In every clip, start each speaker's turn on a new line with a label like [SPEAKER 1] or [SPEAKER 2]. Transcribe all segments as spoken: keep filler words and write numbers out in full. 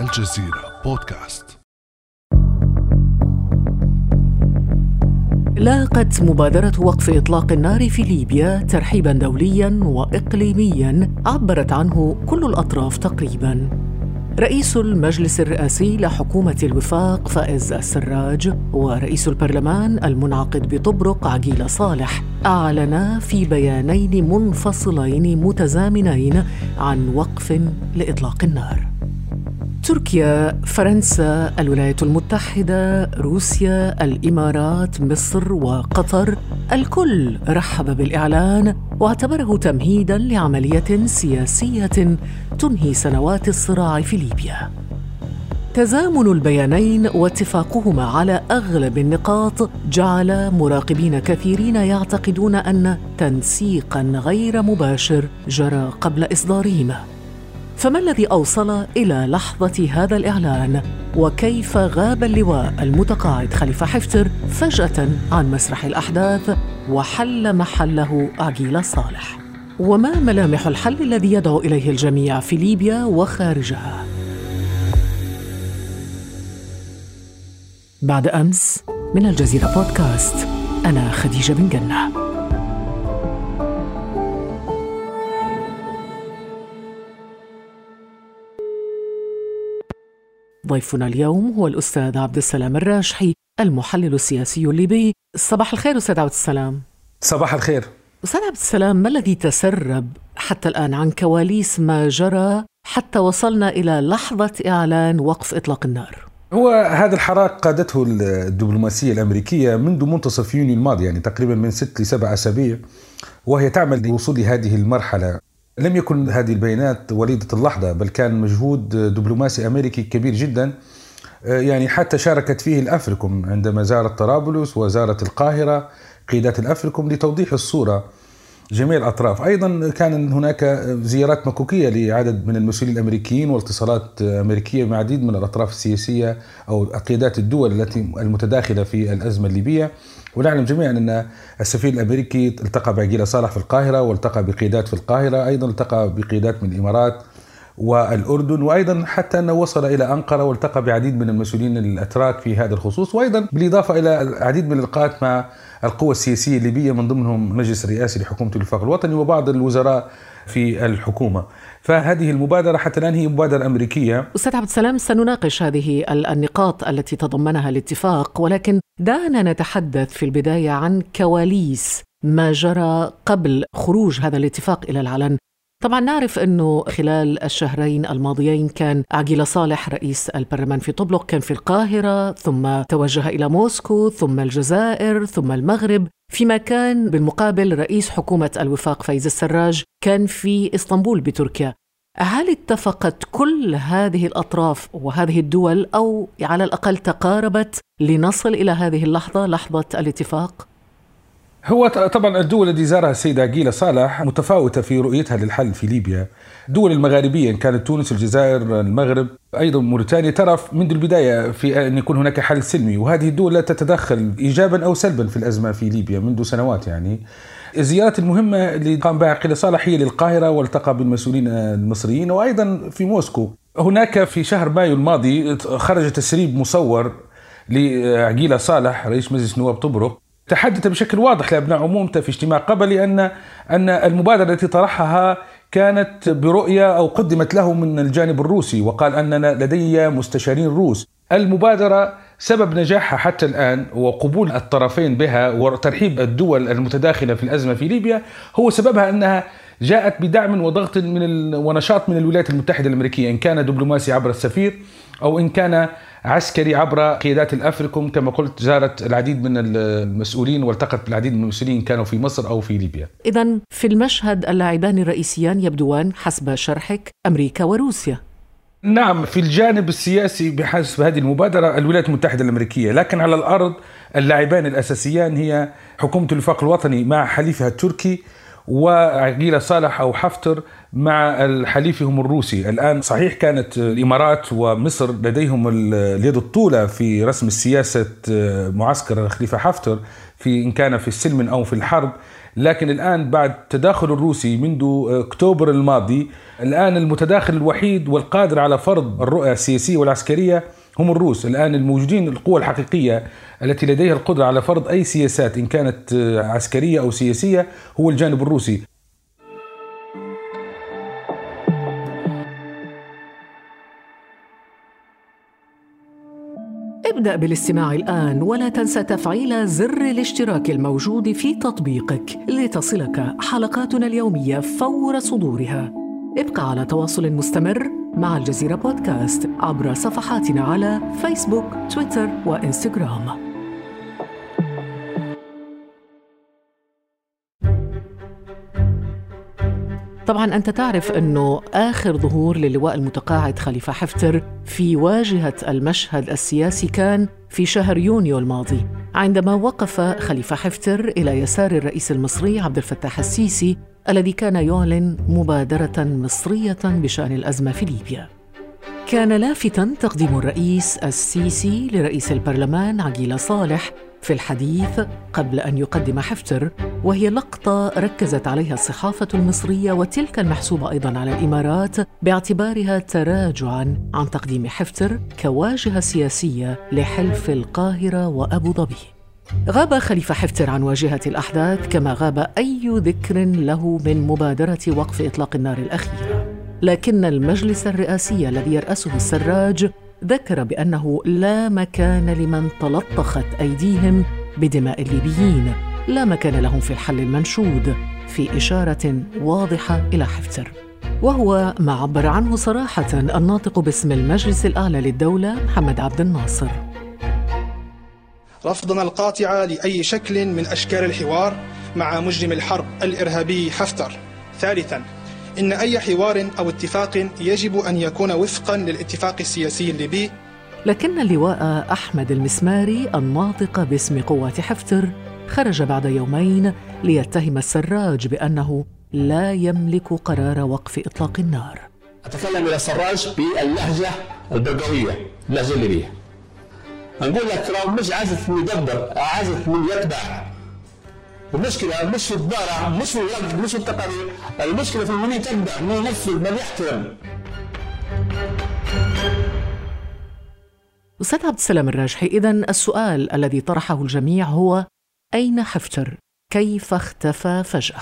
[SPEAKER 1] الجزيرة بودكاست.
[SPEAKER 2] لاقت مبادرة وقف إطلاق النار في ليبيا ترحيباً دولياً وإقليمياً عبرت عنه كل الأطراف تقريباً. رئيس المجلس الرئاسي لحكومة الوفاق فائز السراج ورئيس البرلمان المنعقد بطبرق عقيل صالح أعلنا في بيانين منفصلين متزامنين عن وقف لإطلاق النار. تركيا، فرنسا، الولايات المتحدة، روسيا، الإمارات، مصر وقطر الكل رحب بالإعلان واعتبره تمهيداً لعملية سياسية تنهي سنوات الصراع في ليبيا. تزامن البيانين واتفاقهما على أغلب النقاط جعل مراقبين كثيرين يعتقدون أن تنسيقاً غير مباشر جرى قبل إصدارهما. فما الذي أوصل إلى لحظة هذا الإعلان؟ وكيف غاب اللواء المتقاعد خليفة حفتر فجأة عن مسرح الأحداث وحل محله عقيل صالح؟ وما ملامح الحل الذي يدعو إليه الجميع في ليبيا وخارجها؟ بعد أمس من الجزيرة بودكاست، أنا خديجة بن جنة. ضيفنا اليوم هو الأستاذ عبد السلام الراشحي، المحلل السياسي الليبي. صباح الخير أستاذ عبد السلام.
[SPEAKER 3] صباح الخير
[SPEAKER 2] أستاذ عبد السلام، ما الذي تسرب حتى الآن عن كواليس ما جرى حتى وصلنا إلى لحظة إعلان وقف إطلاق النار؟
[SPEAKER 3] هو هذا الحراك قادته الدبلوماسية الأمريكية منذ منتصف يونيو الماضي، يعني تقريبا من ست لسبع أسابيع، وهي تعمل لوصول هذه المرحلة. لم يكن هذه البيانات وليدة اللحظة، بل كان مجهود دبلوماسي أمريكي كبير جدا، يعني حتى شاركت فيه الأفريكوم عندما زارت طرابلس وزارت القاهرة قيادات الأفريكوم لتوضيح الصورة جميع الأطراف. أيضا كان هناك زيارات مكوكية لعدد من المسؤولين الأمريكيين واتصالات أمريكية مع عديد من الأطراف السياسية أو قيادات الدول التي المتداخلة في الأزمة الليبية. ونعلم جميعا أن السفير الأمريكي التقى بعقيل صالح في القاهرة، والتقى بقيادات في القاهرة، أيضا التقى بقيادات من الإمارات والأردن، وأيضا حتى أنه وصل إلى أنقرة والتقى بعديد من المسؤولين الأتراك في هذا الخصوص، وأيضا بالإضافة إلى العديد من اللقاءات مع القوى السياسية الليبية من ضمنهم مجلس الرئاسي لحكومة الوفاق الوطني وبعض الوزراء في الحكومة. فهذه المبادرة حتى الآن هي مبادرة أمريكية.
[SPEAKER 2] أستاذ عبد السلام، سنناقش هذه النقاط التي تضمنها الاتفاق، ولكن دعنا نتحدث في البداية عن كواليس ما جرى قبل خروج هذا الاتفاق إلى العلن. طبعا نعرف أنه خلال الشهرين الماضيين كان عقيل صالح رئيس البرلمان في طبرق كان في القاهرة، ثم توجه إلى موسكو، ثم الجزائر، ثم المغرب، فيما كان بالمقابل رئيس حكومة الوفاق فايز السراج كان في إسطنبول بتركيا. هل اتفقت كل هذه الأطراف وهذه الدول، أو على الأقل تقاربت لنصل إلى هذه اللحظة، لحظة الاتفاق؟
[SPEAKER 3] هو طبعا الدول التي زارها السيد عقيل صالح متفاوتة في رؤيتها للحل في ليبيا. الدول المغاربية إن كانت تونس، الجزائر، المغرب، أيضا موريتانيا، ترى منذ البداية في أن يكون هناك حل سلمي، وهذه الدول لا تتدخل إيجابا أو سلبا في الأزمة في ليبيا منذ سنوات. يعني الزيارات المهمة اللي قام بها عقيل صالح هي للقاهرة والتقى بالمسؤولين المصريين، وأيضا في موسكو. هناك في شهر مايو الماضي خرج تسريب مصور لعقيل صالح رئيس مجلس نواب طبرق، تحدث بشكل واضح لأبناء عمومته في اجتماع قبلي أن أن المبادرة التي طرحها كانت برؤية أو قدمت له من الجانب الروسي، وقال أننا لدي مستشارين روس. المبادرة سبب نجاحها حتى الآن وقبول الطرفين بها وترحيب الدول المتداخلة في الأزمة في ليبيا هو سببها أنها جاءت بدعم وضغط من ال... ونشاط من الولايات المتحدة الأمريكية، إن كان دبلوماسي عبر السفير أو إن كان عسكري عبر قيادات الأفريكوم. كما قلت زارت العديد من المسؤولين والتقت بالعديد من المسؤولين كانوا في مصر أو في ليبيا.
[SPEAKER 2] إذن في المشهد اللاعبان الرئيسيان يبدوان حسب شرحك أمريكا وروسيا.
[SPEAKER 3] نعم، في الجانب السياسي بحسب هذه المبادرة الولايات المتحدة الأمريكية، لكن على الأرض اللاعبان الأساسيان هي حكومة الوفاق الوطني مع حليفها التركي، وعقيل صالح أو حفتر مع حليفهم الروسي. الآن صحيح كانت الإمارات ومصر لديهم اليد الطولة في رسم السياسة معسكر خليفة حفتر في إن كان في السلم أو في الحرب، لكن الآن بعد التداخل الروسي منذ أكتوبر الماضي، الآن المتداخل الوحيد والقادر على فرض الرؤى السياسية والعسكرية هم الروس. الآن الموجودين القوى الحقيقية التي لديها القدرة على فرض أي سياسات إن كانت عسكرية أو سياسية هو الجانب الروسي.
[SPEAKER 2] ابدأ بالاستماع الآن ولا تنسى تفعيل زر الاشتراك الموجود في تطبيقك لتصلك حلقاتنا اليومية فور صدورها. ابقى على تواصل مستمر مع الجزيرة بودكاست عبر صفحاتنا على فيسبوك، تويتر وإنستغرام. طبعاً أنت تعرف أنه آخر ظهور للواء المتقاعد خليفة حفتر في واجهة المشهد السياسي كان في شهر يونيو الماضي، عندما وقف خليفة حفتر إلى يسار الرئيس المصري عبد الفتاح السيسي الذي كان يعلن مبادرة مصرية بشأن الأزمة في ليبيا. كان لافتاً تقديم الرئيس السيسي لرئيس البرلمان عقيلة صالح في الحديث قبل أن يقدم حفتر، وهي لقطة ركزت عليها الصحافة المصرية وتلك المحسوبة أيضاً على الإمارات باعتبارها تراجعاً عن تقديم حفتر كواجهة سياسية لحلف القاهرة وأبو ظبي. غاب خليفة حفتر عن واجهة الأحداث كما غاب أي ذكر له من مبادرة وقف إطلاق النار الأخيرة، لكن المجلس الرئاسي الذي يرأسه السراج ذكر بأنه لا مكان لمن تلطخت أيديهم بدماء الليبيين، لا مكان لهم في الحل المنشود، في إشارة واضحة إلى حفتر. وهو ما عبر عنه صراحة الناطق باسم المجلس الأعلى للدولة محمد عبد الناصر.
[SPEAKER 1] رفضنا القاطع لأي شكل من أشكال الحوار مع مجرم الحرب الإرهابي حفتر. ثالثاً، إن أي حوار أو اتفاق يجب أن يكون وفقاً للاتفاق السياسي الليبي.
[SPEAKER 2] لكن اللواء أحمد المسماري الناطق باسم قوات حفتر خرج بعد يومين ليتهم السراج بأنه لا يملك قرار وقف إطلاق النار.
[SPEAKER 4] أتكلم إلى السراج باللهجة البرقوية، اللهجة الليبية. نقول لك ترى مش عازف من يدبر، عازف من يتبع. المشكلة مش في الضارع، مش في الوقت، مش في التقارير، المشكلة في من يتبع، من ينفذ، من يحترم.
[SPEAKER 2] أستاذ عبد السلام الراجحي، إذن السؤال الذي طرحه الجميع هو أين حفتر؟ كيف اختفى فجأة؟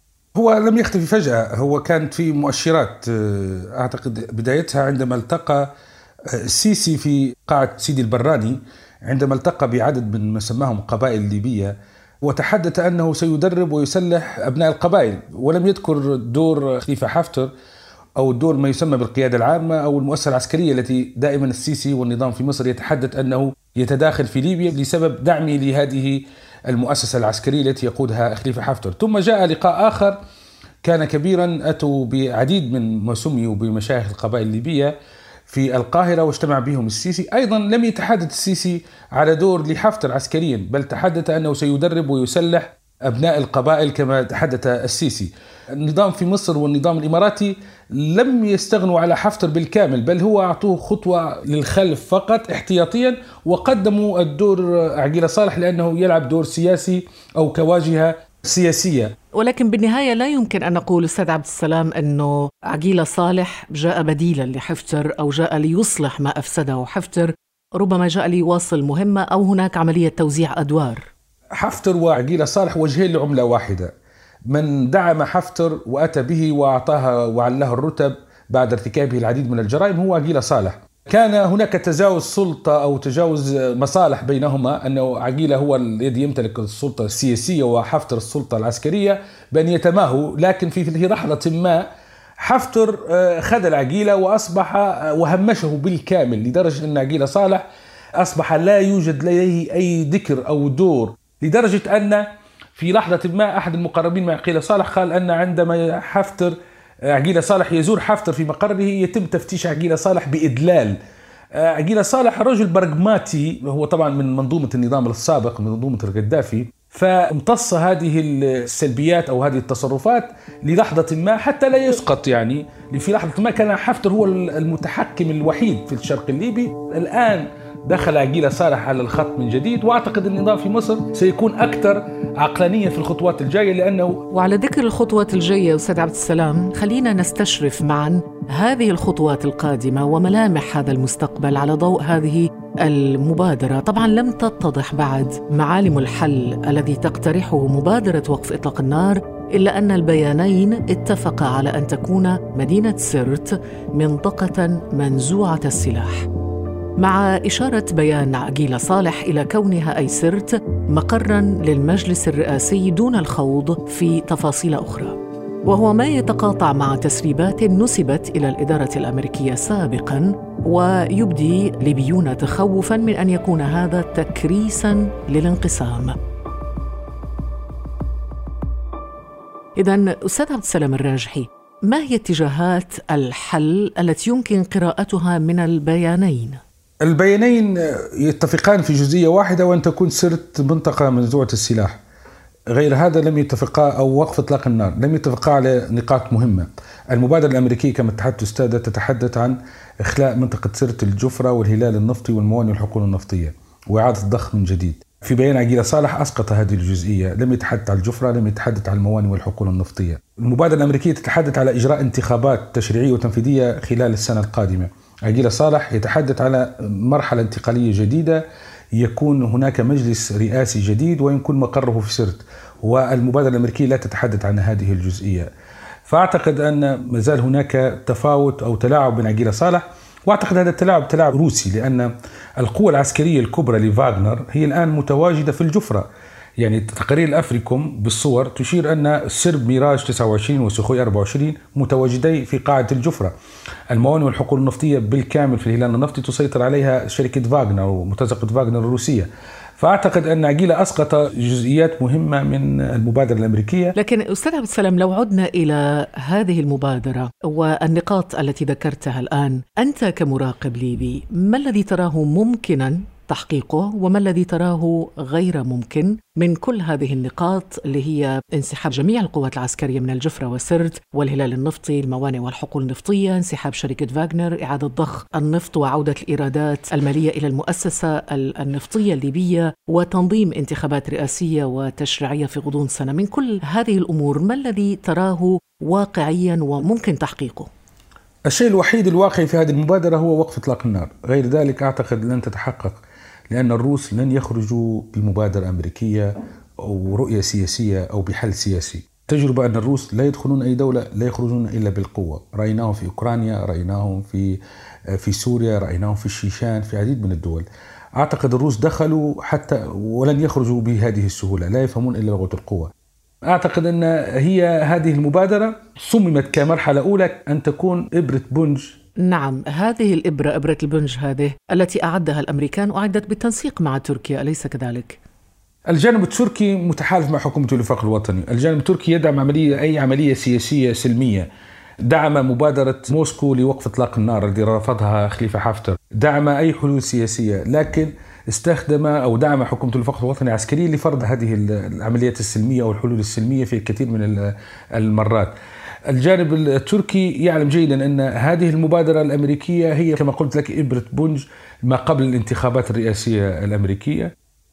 [SPEAKER 3] هو لم يختفي فجأة، هو كانت في مؤشرات أعتقد بدايتها عندما التقى السيسي في قاعة سيدي البراني، عندما التقى بعدد من ما سماهم قبائل ليبية وتحدث أنه سيدرب ويسلح أبناء القبائل، ولم يذكر دور خليفة حفتر أو الدور ما يسمى بالقيادة العامة أو المؤسسة العسكرية التي دائما السيسي والنظام في مصر يتحدث أنه يتداخل في ليبيا لسبب دعمه لهذه المؤسسة العسكرية التي يقودها خليفة حفتر. ثم جاء لقاء آخر كان كبيرا، أتوا بعديد من ما سميوا بمشايخ القبائل الليبية في القاهرة واجتمع بهم السيسي. أيضا لم يتحدث السيسي على دور لحفتر عسكريا، بل تحدث أنه سيدرب ويسلح أبناء القبائل كما تحدث السيسي. النظام في مصر والنظام الإماراتي لم يستغنوا على حفتر بالكامل، بل هو أعطوه خطوة للخلف فقط احتياطيا، وقدموا الدور عقيلة صالح لأنه يلعب دور سياسي أو كواجهة سياسية.
[SPEAKER 2] ولكن بالنهاية لا يمكن أن نقول أستاذ عبد السلام أنه عقيلة صالح جاء بديلا لحفتر أو جاء ليصلح ما أفسده حفتر، ربما جاء ليواصل مهمة أو هناك عملية توزيع أدوار.
[SPEAKER 3] حفتر وعقيلة صالح وجهين لعملة واحدة. من دعم حفتر وأتى به وأعطاها وعلاه الرتب بعد ارتكابه العديد من الجرائم هو عقيلة صالح. كان هناك تجاوز سلطة أو تجاوز مصالح بينهما، أنه عقيلة هو الذي يمتلك السلطة السياسية وحفتر السلطة العسكرية بأن يتماهوا، لكن في لحظة ما حفتر خذل عقيلة وأصبح وهمشه بالكامل، لدرجة أن عقيلة صالح أصبح لا يوجد لديه أي ذكر أو دور، لدرجة أن في لحظة ما أحد المقربين مع عقيلة صالح قال أن عندما حفتر عقيلة صالح يزور حفتر في مقره يتم تفتيش عقيلة صالح بإدلال. عقيلة صالح رجل برغماتي، هو طبعا من منظومة النظام السابق، من منظومة الغدافي، فامتص هذه السلبيات أو هذه التصرفات للحظة ما حتى لا يسقط. يعني في لحظة ما كان حفتر هو المتحكم الوحيد في الشرق الليبي. الآن دخل عقيلة صالح على الخط من جديد، وأعتقد أن النظام في مصر سيكون أكثر عقلانية في الخطوات الجاية. لأنه
[SPEAKER 2] وعلى ذكر الخطوات الجاية أستاذ عبد السلام، خلينا نستشرف معا هذه الخطوات القادمة وملامح هذا المستقبل على ضوء هذه المبادرة. طبعا لم تتضح بعد معالم الحل الذي تقترحه مبادرة وقف إطلاق النار، إلا أن البيانين اتفقا على أن تكون مدينة سرت منطقة منزوعة السلاح، مع إشارة بيان عقيلة صالح إلى كونها أي سرت مقراً للمجلس الرئاسي دون الخوض في تفاصيل أخرى، وهو ما يتقاطع مع تسريبات نسبت إلى الإدارة الأمريكية سابقاً، ويبدي ليبيون تخوفاً من أن يكون هذا تكريساً للانقسام. إذن أستاذ عبد السلام الراجحي، ما هي اتجاهات الحل التي يمكن قراءتها من البيانين؟
[SPEAKER 3] البيانين يتفقان في جزئية واحدة، وأن تكون سرت منطقة منزوعة السلاح. غير هذا لم يتفقا، أو وقف إطلاق النار لم يتفقا على نقاط مهمة. المبادرة الأمريكية كما تحدث أستاذة تتحدث عن إخلاء منطقة سرت الجفرة والهلال النفطي والموانئ والحقول النفطية وإعادة الضخ من جديد. في بيان عقيلة صالح أسقط هذه الجزئية، لم يتحدث عن الجفرة، لم يتحدث عن الموانئ والحقول النفطية. المبادرة الأمريكية تتحدث على إجراء انتخابات تشريعية وتنفيذية خلال السنة القادمة. عقيلة صالح يتحدث على مرحلة انتقالية جديدة، يكون هناك مجلس رئاسي جديد ويكون مقره في سرت، والمبادرة الأمريكية لا تتحدث عن هذه الجزئية. فأعتقد أن مازال هناك تفاوت أو تلاعب بين عقيلة صالح، وأعتقد هذا التلاعب تلاعب روسي، لأن القوة العسكرية الكبرى لفاغنر هي الآن متواجدة في الجفرة. يعني تقارير الأفريكوم بالصور تشير أن السرب ميراج تسعة وعشرين وسخوي أربعة وعشرين متواجدي في قاعدة الجفرة. الموانئ والحقول النفطية بالكامل في الهلال النفطي تسيطر عليها شركة فاغنر ومرتزقة فاغنر الروسية. فأعتقد أن عقيلة أسقط جزئيات مهمة من المبادرة الأمريكية.
[SPEAKER 2] لكن أستاذ عبد السلام، لو عدنا إلى هذه المبادرة والنقاط التي ذكرتها الآن، أنت كمراقب ليبي ما الذي تراه ممكناً تحقيقه وما الذي تراه غير ممكن من كل هذه النقاط اللي هي انسحاب جميع القوات العسكرية من الجفرة وسرت والهلال النفطي، الموانئ والحقول النفطية، انسحاب شركة فاغنر، إعادة ضخ النفط وعودة الإيرادات المالية إلى المؤسسة النفطية الليبية، وتنظيم انتخابات رئاسية وتشريعية في غضون سنة. من كل هذه الأمور ما الذي تراه واقعيا وممكن تحقيقه؟
[SPEAKER 3] الشيء الوحيد الواقعي في هذه المبادرة هو وقف إطلاق النار، غير ذلك أعتقد لن تتحقق، لأن الروس لن يخرجوا بمبادرة أمريكية أو رؤية سياسية أو بحل سياسي. تجربة أن الروس لا يدخلون أي دولة، لا يخرجون إلا بالقوة. رأيناهم في أوكرانيا، رأيناهم في في سوريا، رأيناهم في الشيشان، في عديد من الدول. أعتقد الروس دخلوا حتى ولن يخرجوا بهذه السهولة، لا يفهمون إلا لغة القوة. أعتقد أن هي هذه المبادرة صممت كمرحلة أولى أن تكون إبرة بنج.
[SPEAKER 2] نعم، هذه الإبرة، إبرة البنج هذه التي أعدها الأمريكان، أعدت بالتنسيق مع تركيا، أليس كذلك؟
[SPEAKER 3] الجانب التركي متحالف مع حكومة الوفاق الوطني. الجانب التركي يدعم عملية أي عملية سياسية سلمية. دعم مبادرة موسكو لوقف إطلاق النار التي رفضها خليفة حفتر، دعم أي حلول سياسية، لكن استخدم أو دعم حكومة الوفاق الوطني عسكريا لفرض هذه العمليات السلمية أو الحلول السلمية في كثير من المرات. الجانب التركي يعلم جيدا أن هذه المبادرة الأمريكية هي كما قلت لك إبرة بنج ما قبل الانتخابات الرئاسية الأمريكية،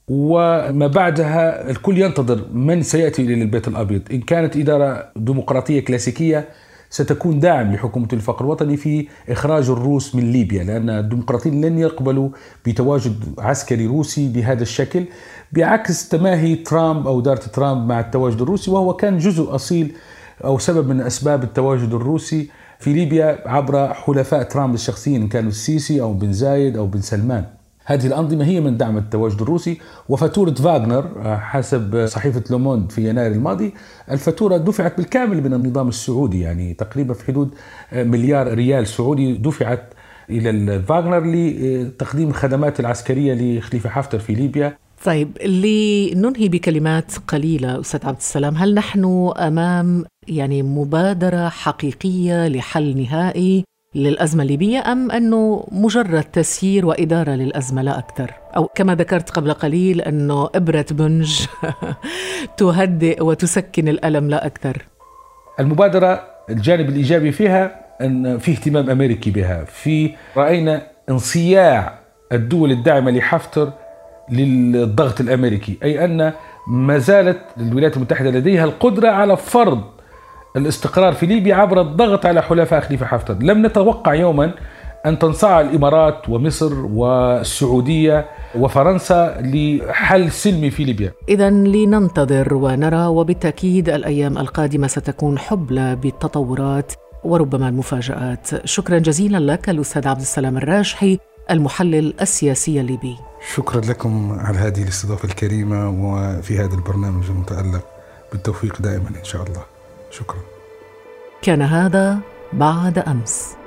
[SPEAKER 3] وما بعدها الكل ينتظر من سيأتي إلى البيت الأبيض. إن كانت إدارة ديمقراطية كلاسيكية ستكون داعم لحكومة الوفاق الوطني في إخراج الروس من ليبيا، لأن الديمقراطيين لن يقبلوا بتواجد عسكري روسي بهذا الشكل، بعكس تماهي ترامب أو إدارة ترامب مع التواجد الروسي، وهو كان جزء أصيل أو سبب من أسباب التواجد الروسي في ليبيا عبر حلفاء ترامب الشخصيين، إن كانوا السيسي أو بن زايد أو بن سلمان. هذه الأنظمة هي من دعمت التواجد الروسي. وفاتورة فاغنر حسب صحيفة لوموند في يناير الماضي، الفاتورة دفعت بالكامل من النظام السعودي، يعني تقريبا في حدود مليار ريال سعودي دفعت إلى فاغنر لتقديم الخدمات العسكرية لخليفة حفتر في ليبيا.
[SPEAKER 2] طيب، لننهي بكلمات قليلة أستاذ عبد السلام، هل نحن أمام يعني مبادرة حقيقية لحل نهائي للأزمة الليبية، أم أنه مجرد تسيير وإدارة للأزمة لا أكثر؟ أو كما ذكرت قبل قليل أنه إبرة بنج تهدئ وتسكن الألم لا أكثر.
[SPEAKER 3] المبادرة الجانب الإيجابي فيها أن في اهتمام أمريكي بها، في رأينا انصياع الدول الداعمة لحفتر للضغط الأمريكي، أي أن ما زالت الولايات المتحدة لديها القدرة على فرض الاستقرار في ليبيا عبر الضغط على حلفاء خليفة حفتر. لم نتوقع يوما أن تنصاع الإمارات ومصر والسعودية وفرنسا لحل سلمي في ليبيا.
[SPEAKER 2] إذن لننتظر ونرى، وبالتأكيد الأيام القادمة ستكون حبلى بالتطورات وربما المفاجآت. شكرا جزيلا لك الأستاذ عبد السلام الراجحي، المحلل السياسي الليبي.
[SPEAKER 3] شكرا لكم على هذه الاستضافة الكريمة وفي هذا البرنامج المتألق، بالتوفيق دائما إن شاء الله. شكرا.
[SPEAKER 2] كان هذا بعد أمس.